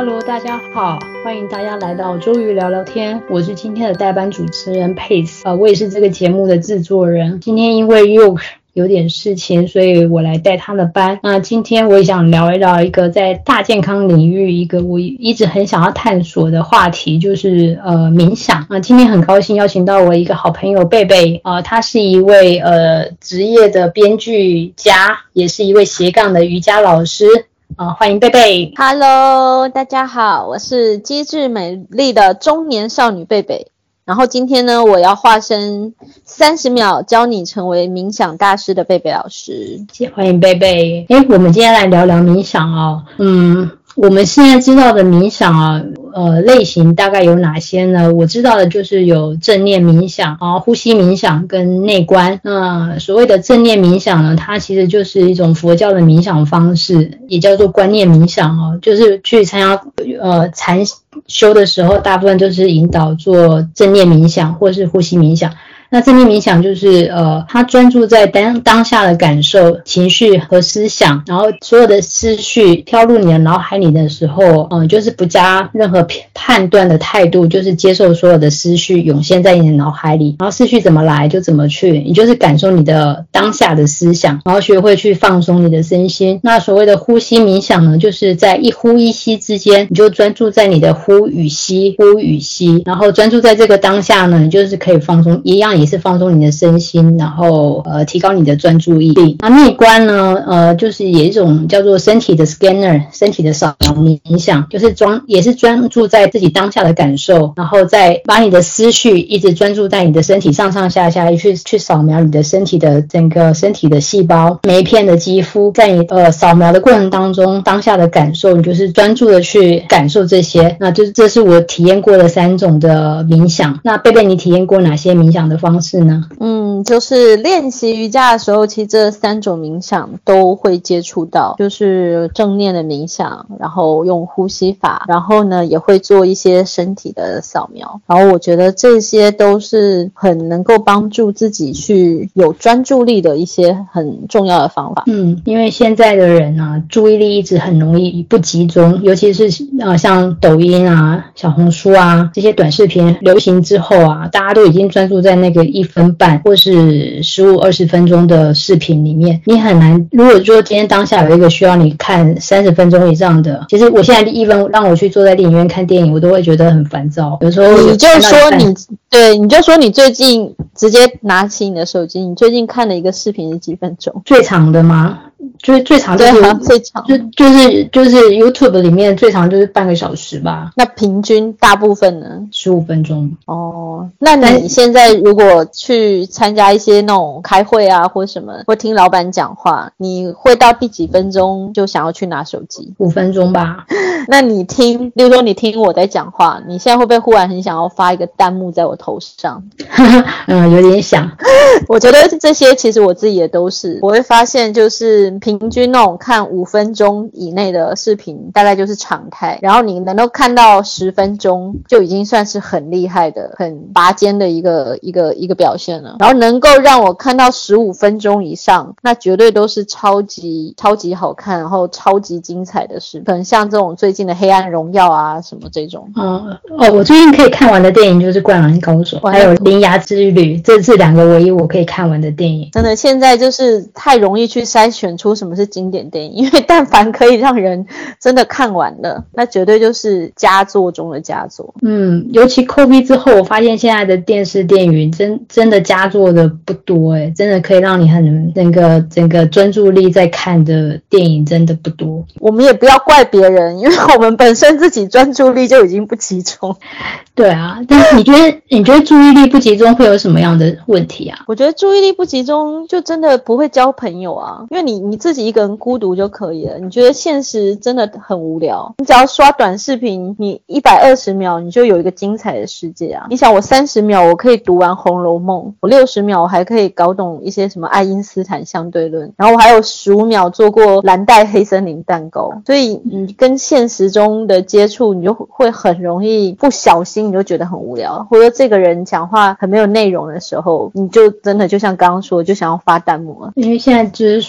Hello， 大家好，欢迎大家来到周瑜聊聊天，我是今天的代班主持人 Pace， 我也是这个节目的制作人。今天因为 Yoke 有点事情，所以我来带他的班。那今天我也想聊一聊一个在大健康领域一个我一直很想要探索的话题，就是冥想。今天很高兴邀请到我一个好朋友贝贝，他是一位职业的编剧家，也是一位斜杠的瑜伽老师。欢迎贝贝。 Hello， 大家好，我是机智美丽的中年少女贝贝。然后今天呢，我要化身30秒教你成为冥想大师的贝贝老师。 欢迎贝贝。我们今天来聊聊冥想哦。我们现在知道的冥想类型大概有哪些呢？我知道的就是有正念冥想呼吸冥想跟内观。所谓的正念冥想呢，它其实就是一种佛教的冥想方式，也叫做观念冥想就是去参加禅修的时候，大部分都是引导做正念冥想或是呼吸冥想。那正念冥想就是他专注在当下的感受、情绪和思想，然后所有的思绪跳入你的脑海里的时候，就是不加任何判断的态度，就是接受所有的思绪涌现在你的脑海里，然后思绪怎么来就怎么去，你就是感受你的当下的思想，然后学会去放松你的身心。那所谓的呼吸冥想呢，就是在一呼一吸之间，你就专注在你的呼与吸，然后专注在这个当下呢，你就是可以放松，一样也是放松你的身心，然后提高你的专注力。那内观呢，就是有一种叫做身体的 scanner， 身体的扫描冥想，就是也是专注在自己当下的感受，然后再把你的思绪一直专注在你的身体上上下下去扫描你的身体的整个身体的细胞，每一片的肌肤，在你扫描的过程当中，当下的感受，你就是专注的去感受这些。那就是这是我体验过的3种的冥想。那贝贝，你体验过哪些冥想的方式呢？ 就是练习瑜伽的时候，其实这3种冥想都会接触到，就是正念的冥想，然后用呼吸法，然后呢也会做一些身体的扫描。然后我觉得这些都是很能够帮助自己去有专注力的一些很重要的方法。 因为现在的人注意力一直很容易不集中，尤其是像抖音小红书这些短视频流行之后大家都已经专注在那个1分半或是15-20分钟的视频里面，你很难。如果说今天当下有一个需要你看30分钟以上的，其实我现在even让我去坐在电影院看电影，我都会觉得很烦躁。有时候你就说你最近直接拿起你的手机，你最近看的一个视频是几分钟？ 最长的吗？就是最长就是最长就是 YouTube 里面最长就是半个小时吧。 那平均大部分呢 ？15分钟。 那你现在如果去参加一些那种开会或什么，或听老板讲话，你会到第几分钟就想要去拿手机 ？5分钟吧。 那你例如说你听我在讲话，你现在会不会忽然很想要发一个弹幕在我头上？ 有点想。 我觉得这些其实我自己也都是，我会发现就是平均那种看5分钟以内的视频大概就是常态，然后你能够看到10分钟就已经算是很厉害的很拔尖的一个表现了，然后能够让我看到15分钟以上，那绝对都是超级好看然后超级精彩的视频，可能像这种最近的黑暗荣耀什么这种。 我最近可以看完的电影就是灌篮高手还有铃芽之旅，这是2个唯一我可以看完的电影。 真的现在就是太容易去筛选出什么是经典电影，因为但凡可以让人真的看完了，那绝对就是佳作中的佳作。 尤其 COVID 之后，我发现现在的电视电影真的佳作的不多真的可以让你很整个专注力在看的电影真的不多。 我们也不要怪别人，因为我们本身自己专注力就已经不集中。 对但是你觉得注意力不集中会有什么样的问题啊？ 我觉得注意力不集中就真的不会交朋友因为你自己一个人孤独就可以了。你觉得现实真的很无聊，你只要刷短视频，你120秒你就有一个精彩的世界你想我30秒我可以读完《红楼梦》，我60秒我还可以搞懂一些什么爱因斯坦相对论，然后我还有15秒做过蓝带黑森林蛋糕。所以你跟现实中的接触，你就会很容易不小心你就觉得很无聊，或者这个人讲话很没有内容的时候，你就真的就像刚刚说就想要发弹幕了。 因为现在就是碎片化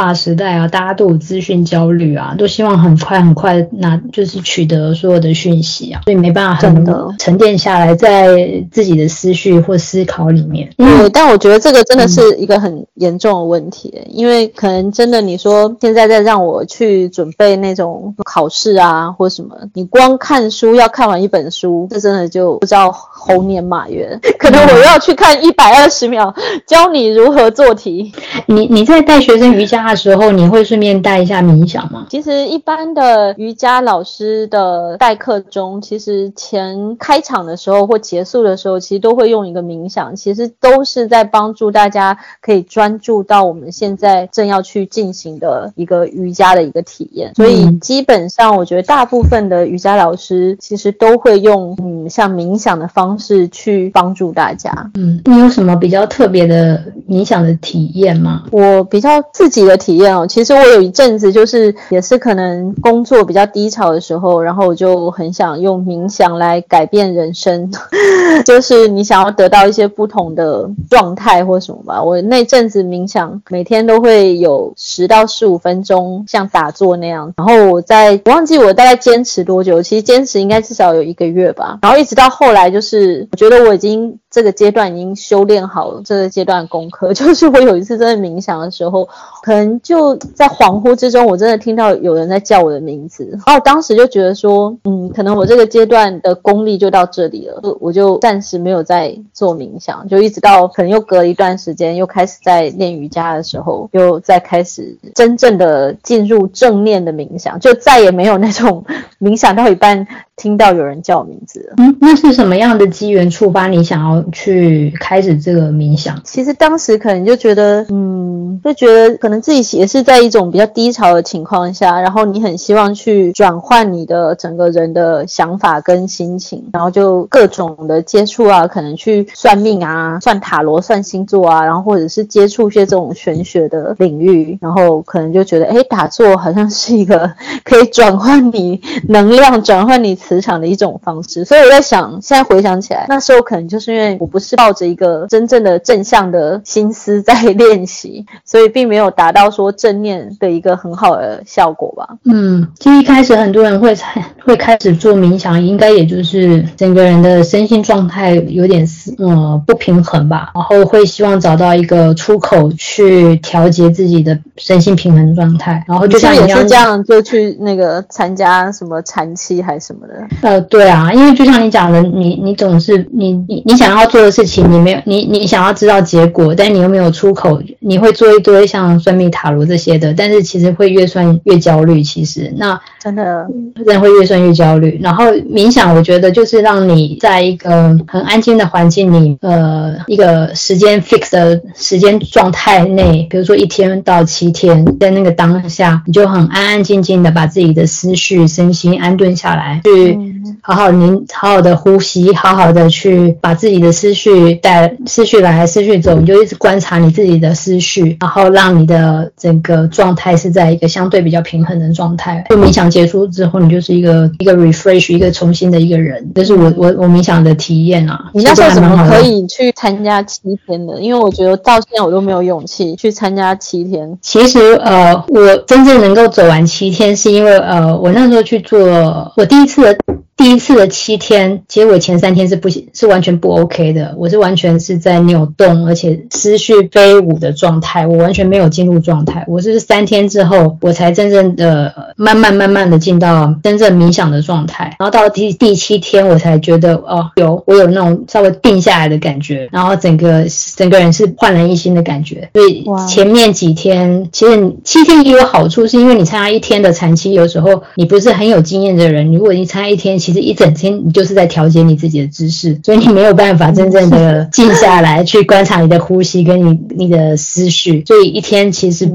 化时代啊，大家都有资讯焦虑啊，都希望很快就是取得所有的讯息啊，所以没办法很沉淀下来在自己的思绪或思考里面。 对，但我觉得这个真的是一个很严重的问题，因为可能真的你说现在在让我去准备那种考试啊或什么，你光看书要看完一本书，这真的就不知道猴年马月，可能我要去看120秒教你如何做题。 你在带学生瑜伽的时候，你会顺便带一下冥想吗？ 其实一般的瑜伽老师的代课中，其实前开场的时候或结束的时候，其实都会用一个冥想，其实都是在帮助大家可以专注到我们现在正要去进行的一个瑜伽的一个体验。所以基本上我觉得大部分的瑜伽老师其实都会用像冥想的方式去帮助大家。 你有什么比较特别的冥想的体验吗？ 我比较自己的体验其实我有一阵子就是也是可能工作比较低潮的时候，然后我就很想用冥想来改变人生就是你想要得到一些不同的状态或什么吧。我那阵子冥想每天都会有10到15分钟像打坐那样，然后我忘记我大概坚持多久，其实坚持应该至少有1个月吧，然后一直到后来就是我觉得我已经这个阶段已经修炼好这个阶段的功课，就是我有一次真的冥想的时候，可能就在恍惚之中我真的听到有人在叫我的名字，然后我当时就觉得说可能我这个阶段的功力就到这里了，我就暂时没有再做冥想，就一直到可能又隔了一段时间又开始在练瑜伽的时候，又再开始真正的进入正念的冥想，就再也没有那种冥想到一半听到有人叫我名字了。 那是什么样的机缘触发你想要去开始这个冥想？ 其实当时可能就觉得可能自己也是在一种比较低潮的情况下，然后你很希望去转换你的整个人的想法跟心情，然后就各种的接触啊，可能去算命啊，算塔罗，算星座啊，然后或者是接触一些这种玄学的领域，然后可能就觉得打坐好像是一个可以转换你能量，转换你磁场的一种方式。所以我在想，现在回想起来，那时候可能就是因为我不是抱着一个真正的正向的心思在练习，所以并没有达到说正念的一个很好的效果吧。 其实一开始很多人会开始做冥想，应该也就是整个人的身心状态有点不平衡吧，然后会希望找到一个出口去调节自己的身心平衡状态，然后就像你也是这样就去那个参加什么禅期还是什么的。 对啊，因为就像你讲的，你总是你想要做的事情，你想要知道结果，但你又没有出口，你会做一堆像算命塔罗这些的，但是其实会越算越焦虑，其实那真的人会越算越焦虑。然后冥想我觉得就是让你在一个很安静的环境里一个时间 fix 的时间状态内，比如说1天到7天，在那个当下你就很安安静静的把自己的思绪身心安顿下来，去好好的呼吸，好好的去把自己的思绪来思绪走，你就一直观察你自己的思绪，然后让你的整个状态是在一个相对比较平衡的状态。就冥想结束之后，你就是一个 refresh， 一个重新的一个人。这是我冥想的体验啊。 你那时候怎么可以去参加7天的？因为我觉得到现在我都没有勇气去参加7天。 其实我真正能够走完7天，是因为我那时候去做我第一次的7天，结果前3天是完全不 OK 的，我是完全是在扭动，而且思绪飞舞的状态，我完全没有进入状态。我是3天之后，我才真正的慢慢的进到真正冥想的状态，然后到第7天，我才觉得我有那种稍微定下来的感觉，然后整个人是焕然一新的感觉。所以前面几天，其实7天也有好处，是因为你参加1天的禅期，有时候你不是很有经验的人，如果你参加1天，其实一整天你就是在调节你自己的知识，所以你没有办法真正的静下来去观察你的呼吸跟你的思绪。所以1天其实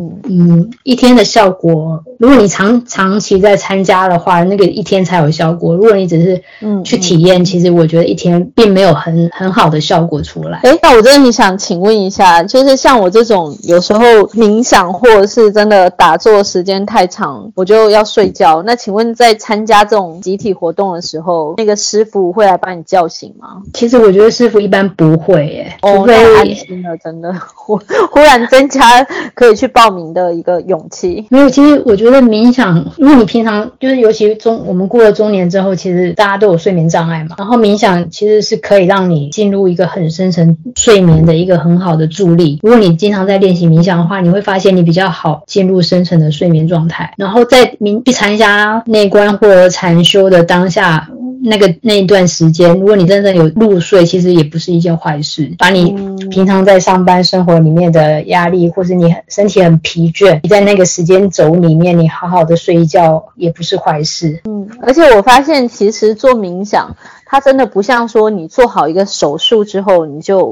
1天的效果，如果你长期在参加的话，那个1天才有效果。如果你只是去体验，其实我觉得1天并没有很好的效果出来。 那我真的想请问一下，就是像我这种有时候冥想或者是真的打坐时间太长，我就要睡觉，那请问在参加这种集体活动的时时候，那个师傅会来把你叫醒吗？ 其实我觉得师傅一般不会耶，除非那安心了，真的，忽然增加可以去报名的一个勇气。 没有，其实我觉得冥想，如果你平常就是尤其我们过了中年之后，其实大家都有睡眠障碍嘛，然后冥想其实是可以让你进入一个很深层睡眠的一个很好的助力。如果你经常在练习冥想的话，你会发现你比较好进入深层的睡眠状态。然后在去参加内观或者禅修的当下，那一段时间，如果你真正有入睡，其实也不是一件坏事。把你平常在上班生活里面的压力，或是你身体很疲倦，你在那个时间轴里面，你好好的睡一觉也不是坏事。 而且我发现其实做冥想，它真的不像说你做好一个手术之后你就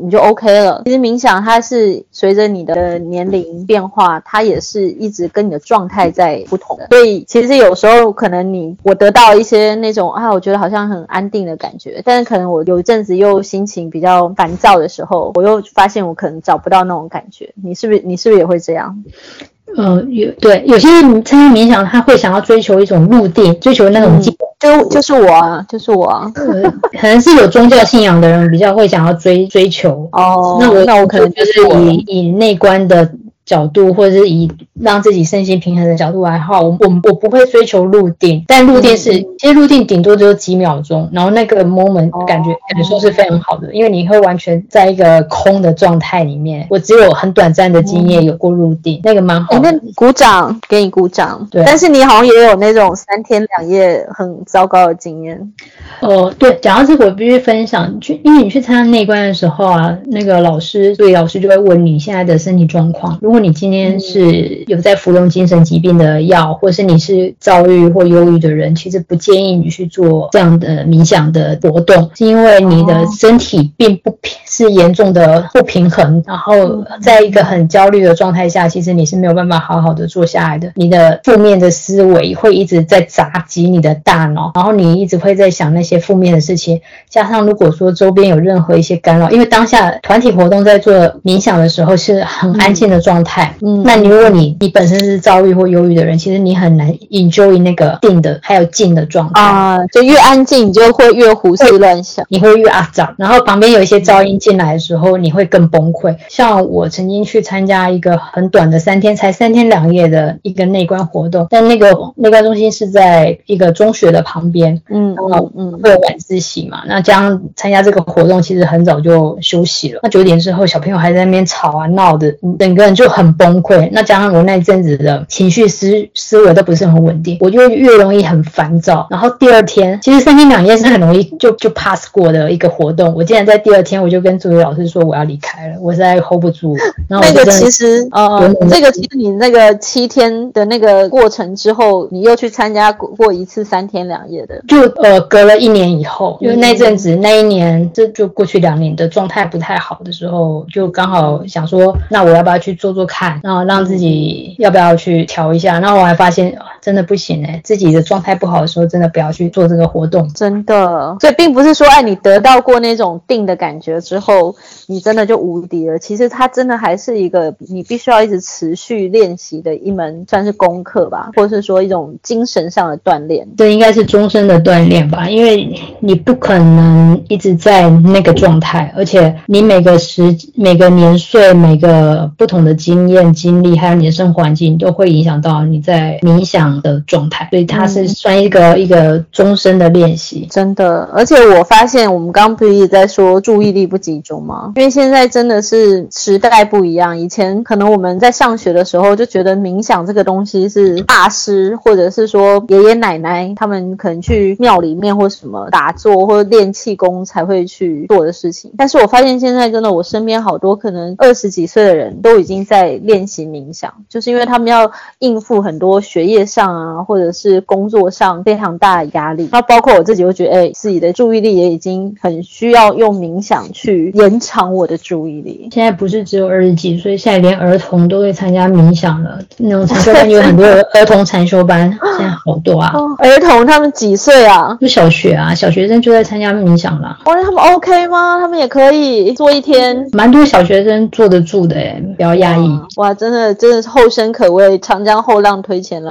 OK 了。其实冥想它是随着你的年龄变化，它也是一直跟你的状态在不同的。所以其实有时候可能我得到一些那种我觉得好像很安定的感觉，但是可能我有一阵子又心情比较烦躁的时候，我又发现我可能找不到那种感觉。你是不是也会这样？ 对，有些人参加冥想，他会想要追求一种入定，追求那种就是我啊。 可能是有宗教信仰的人比较会想要追求。那我可能就是以内观的角度，或者是以让自己身心平衡的角度来话，我不会追求入定，但入定其实入定顶多就是几秒钟，然后那个 moment 感受是非常好的，因为你会完全在一个空的状态里面。我只有很短暂的经验有过入定，那个蛮好的。 那鼓掌，给你鼓掌。对，但是你好像也有那种3天2夜很糟糕的经验。 对，讲到这个我必须分享，因为你去参加内观的时候啊，那个老师就会问你现在的身体状况。如果你今天是有在服用精神疾病的药，或是你是躁郁或忧郁的人，其实不建议你去做这样的冥想的活动，是因为你的身体并不是严重的不平衡，然后在一个很焦虑的状态下，其实你是没有办法好好的坐下来的。你的负面的思维会一直在砸击你的大脑，然后你一直会在想那些负面的事情，加上如果说周边有任何一些干扰，因为当下团体活动在做冥想的时候是很安静的状态，那如果你本身是躁郁或忧郁的人，其实你很难 enjoy 那个定的还有静的状态就越安静你就会越胡思乱想， 你会越阿杂，然后旁边有一些噪音进来的时候你会更崩溃。像我曾经去参加一个很短的3天2夜的一个内观活动，但那个内观中心是在一个中学的旁边，会有晚自习嘛，那加上参加这个活动其实很早就休息了，那9点之后小朋友还在那边吵啊闹的，整个人就很崩溃。那加上我那一阵子的情绪思维都不是很稳定，我就越容易很烦躁。然后第二天其实3天2夜是很容易就 pass 过的一个活动，我竟然在第2天我就跟助理老师说我要离开了，我实在 hold 不住。然后那个其实你那个7天的那个过程之后，你又去参加过一次3天2夜的， 就隔了1年以后，因为那阵子那一年这就过去2年的状态不太好的时候，就刚好想说那我要不要去做看，然后让自己要不要去调一下。然后我还发现真的不行自己的状态不好的时候真的不要去做这个活动， 真的。所以并不是说你得到过那种定的感觉之后你真的就无敌了，其实它真的还是一个你必须要一直持续练习的一门算是功课吧，或是说一种精神上的锻炼。 这应该是终身的锻炼吧，因为你不可能一直在那个状态，而且你每个年岁每个不同的经验经历还有你的生活环境都会影响到你在冥想的状态，所以它是算一个终身的练习。 真的。而且我发现我们刚刚不是一直在说注意力不集中吗？因为现在真的是时代不一样，以前可能我们在上学的时候就觉得冥想这个东西是大师或者是说爷爷奶奶他们可能去庙里面或什么打坐或练气功才会去做的事情，但是我发现现在真的我身边好多可能20几岁的人都已经在练习冥想，就是因为他们要应付很多学业上啊或者是工作上非常大的压力，那包括我自己会觉得自己的注意力也已经很需要用冥想去延长我的注意力。 现在不是只有20几岁，现在连儿童都会参加冥想了，那种禅修班有很多儿童禅修班现在好多啊。 儿童他们几岁啊？ 就小学啊，小学生就在参加冥想了。 那他们 OK 吗？他们也可以做1天？ 蛮多小学生坐得住的不要压抑。 哇，真的是后生可畏，长江后浪推前浪。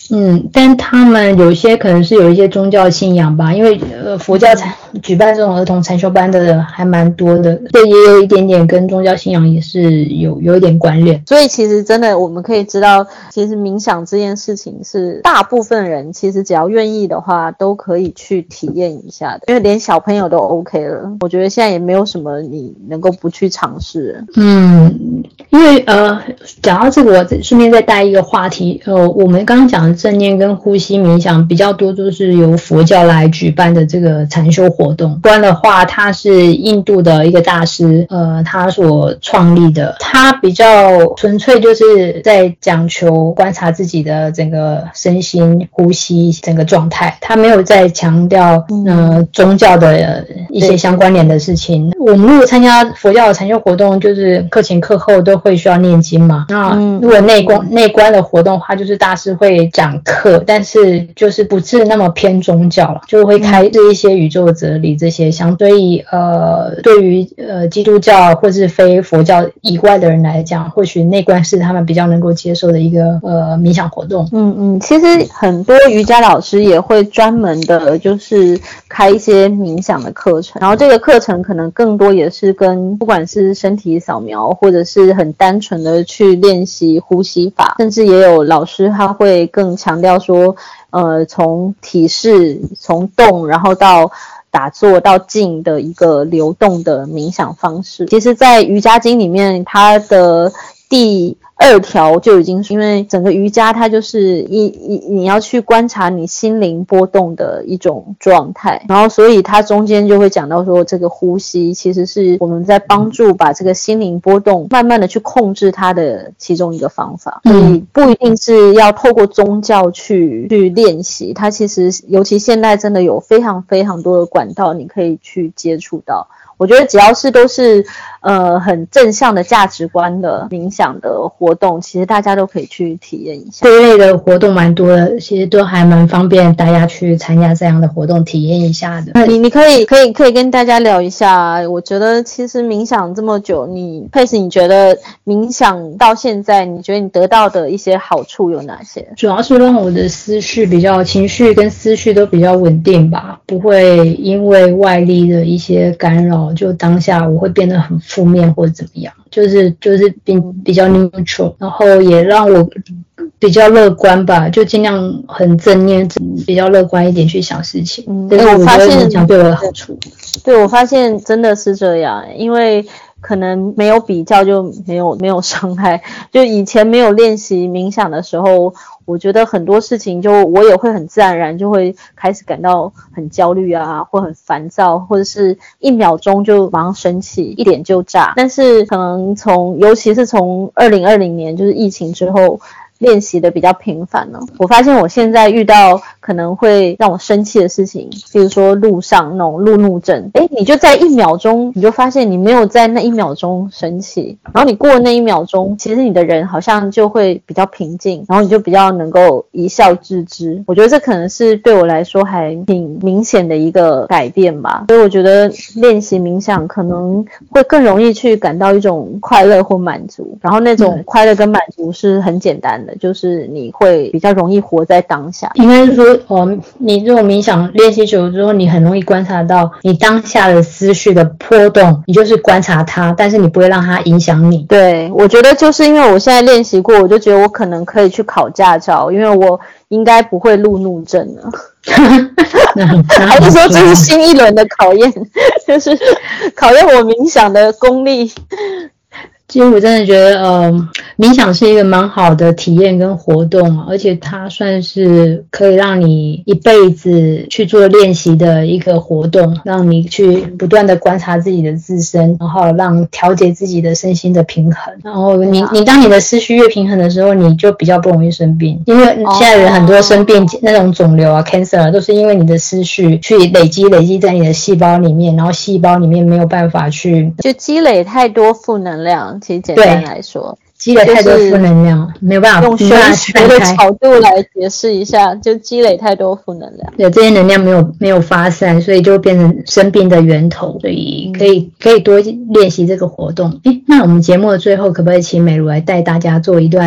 但他们有些可能是有一些宗教信仰吧，因为佛教举办这种儿童禅修班的人还蛮多的，这也有一点点跟宗教信仰也是有一点关联。 所以其实真的我们可以知道，其实冥想这件事情是大部分人其实只要愿意的话都可以去体验一下的，因为连小朋友都 OK 了，我觉得现在也没有什么你能够不去尝试。 因为讲到这个，我顺便再带一个话题，我们刚刚讲的正念跟呼吸冥想比较多都是由佛教来举办的这个禅修活动。观的话，它是印度的一个大师，他所创立的，他比较纯粹就是在讲求观察自己的整个身心呼吸整个状态，他没有在强调宗教的一些相关联的事情。我们如果参加佛教的禅修活动，就是课前课后都会需要念经嘛。那如果内观的活动的话，就是大师会讲课，但是就是不是那么偏宗教了，就会开一些宇宙哲理这些所以对于基督教或是非佛教以外的人来讲，或许内观是他们比较能够接受的一个冥想活动。 其实很多瑜伽老师也会专门的就是开一些冥想的课程，然后这个课程可能更多也是跟不管是身体扫描或者是很单纯的去练习呼吸法，甚至也有老师他会更强调说从体式从动然后到打坐到静的一个流动的冥想方式。其实在瑜伽经里面它的第2条就已经，因为整个瑜伽它就是你要去观察你心灵波动的一种状态，然后所以它中间就会讲到说，这个呼吸其实是我们在帮助把这个心灵波动慢慢的去控制它的其中一个方法。所以不一定是要透过宗教去练习，它其实尤其现在真的有非常非常多的管道你可以去接触到。我觉得只要是都是很正向的价值观的冥想的活动，其实大家都可以去体验一下。 这一类的活动蛮多的，其实都还蛮方便大家去参加这样的活动体验一下的。 你可以跟大家聊一下，我觉得其实冥想这么久，Pace 你觉得冥想到现在你觉得你得到的一些好处有哪些？ 主要是让我的情绪跟思绪都比较稳定吧，不会因为外力的一些干扰就当下我会变得很负面或者怎么样，就是比较 neutral， 然后也让我比较乐观吧，就尽量很正念，比较乐观一点去想事情。这是我觉得冥想对我的好处。 对，我发现真的是这样，因为可能没有比较就没有伤害。就以前没有练习冥想的时候，我觉得很多事情就我也会很自然而然就会开始感到很焦虑啊，或很烦躁，或者是1秒钟就马上生气，一点就炸。但是可能尤其是从2020年就是疫情之后练习的比较频繁了，我发现我现在遇到可能会让我生气的事情，比如说路上那种路怒症，你就在1秒钟你就发现你没有在那1秒钟生气，然后你过了那1秒钟，其实你的人好像就会比较平静，然后你就比较能够一笑置之。我觉得这可能是对我来说还挺明显的一个改变吧，所以我觉得练习冥想可能会更容易去感到一种快乐或满足，然后那种快乐跟满足是很简单的，就是你会比较容易活在当下。 应该是说你这种冥想练习久了之后，你很容易观察到你当下的思绪的波动，你就是观察它，但是你不会让它影响你。 对，我觉得就是因为我现在练习过，我就觉得我可能可以去考驾照，因为我应该不会路怒症了。还是说这是新一轮的考验，就是考验我冥想的功力。 其实我真的觉得冥想是一个蛮好的体验跟活动，而且它算是可以让你一辈子去做练习的一个活动，让你去不断的观察自己的自身，然后让调节自己的身心的平衡。然后你当你的思绪越平衡的时候，你就比较不容易生病，因为现在人很多生病那种肿瘤啊 cancer 都是因为你的思绪去累积在你的细胞里面，然后细胞里面没有办法去就积累太多负能量。其实简单来说， 积累太多负能量，没有办法用玄学的角度来解释一下，就积累太多负能量。 对，这些能量没有发散，所以就变成生病的源头。所以可以多练习这个活动。那我们节目的最后，可不可以请美如来带大家做一段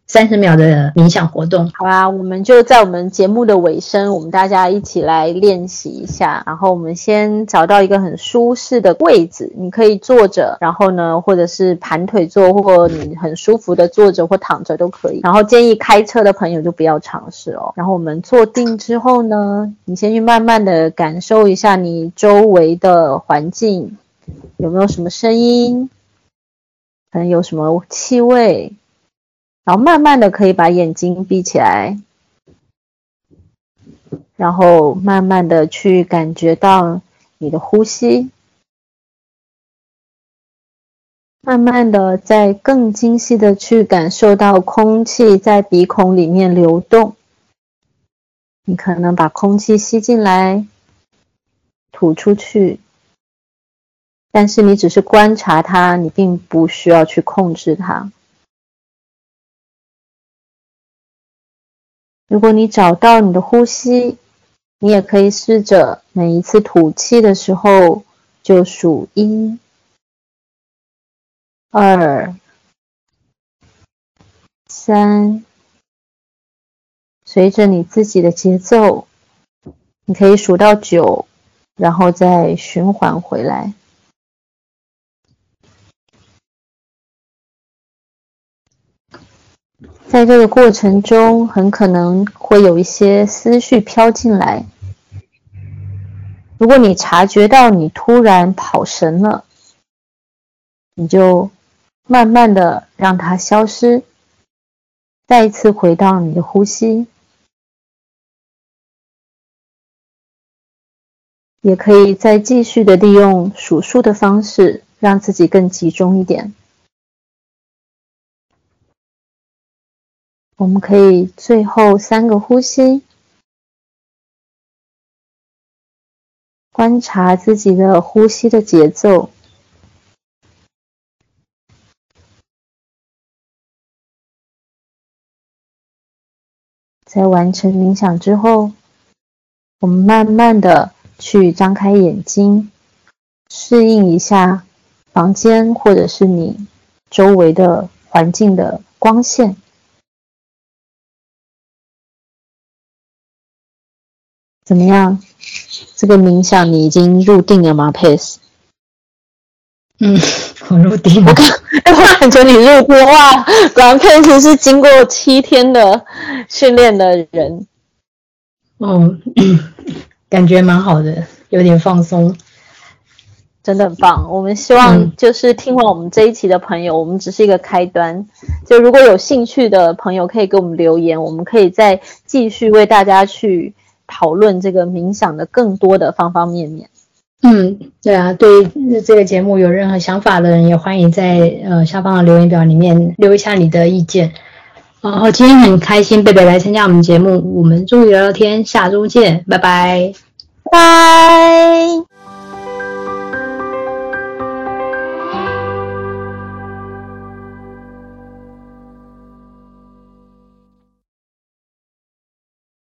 30秒的冥想活动。 好啊，我们就在我们节目的尾声，我们大家一起来练习一下。然后我们先找到一个很舒适的位置，你可以坐着，然后呢，或者是盘腿坐，或你很舒服的坐着或躺着都可以。然后建议开车的朋友就不要尝试哦。然后我们坐定之后呢，你先去慢慢的感受一下你周围的环境，有没有什么声音，可能有什么气味。然后慢慢的可以把眼睛闭起来，然后慢慢的去感觉到你的呼吸，慢慢的再更精细的去感受到空气在鼻孔里面流动。你可能把空气吸进来，吐出去，但是你只是观察它，你并不需要去控制它。如果你找到你的呼吸，你也可以试着每一次吐气的时候就数1、2、3，随着你自己的节奏，你可以数到9，然后再循环回来。在这个过程中，很可能会有一些思绪飘进来。如果你察觉到你突然跑神了，你就慢慢的让它消失，再一次回到你的呼吸。也可以再继续的利用数数的方式，让自己更集中一点。我们可以最后3个呼吸，观察自己的呼吸的节奏。在完成冥想之后，我们慢慢的去张开眼睛，适应一下房间或者是你周围的环境的光线。怎么样？这个冥想你已经入定了吗 ，Pace？ 我入定了。 我感觉你入定哇，果然 Pace 是经过7天的训练的人。 感觉蛮好的，有点放松。 真的很棒，我们希望就是听完我们这一期的朋友，我们只是一个开端。就如果有兴趣的朋友可以给我们留言，我们可以再继续为大家去讨论这个冥想的更多的方方面面。 对啊，对于这个节目有任何想法的人，也欢迎在下方的留言表里面留一下你的意见。然后今天很开心贝贝来参加我们节目，我们终于聊聊天，下周见，拜拜。 拜。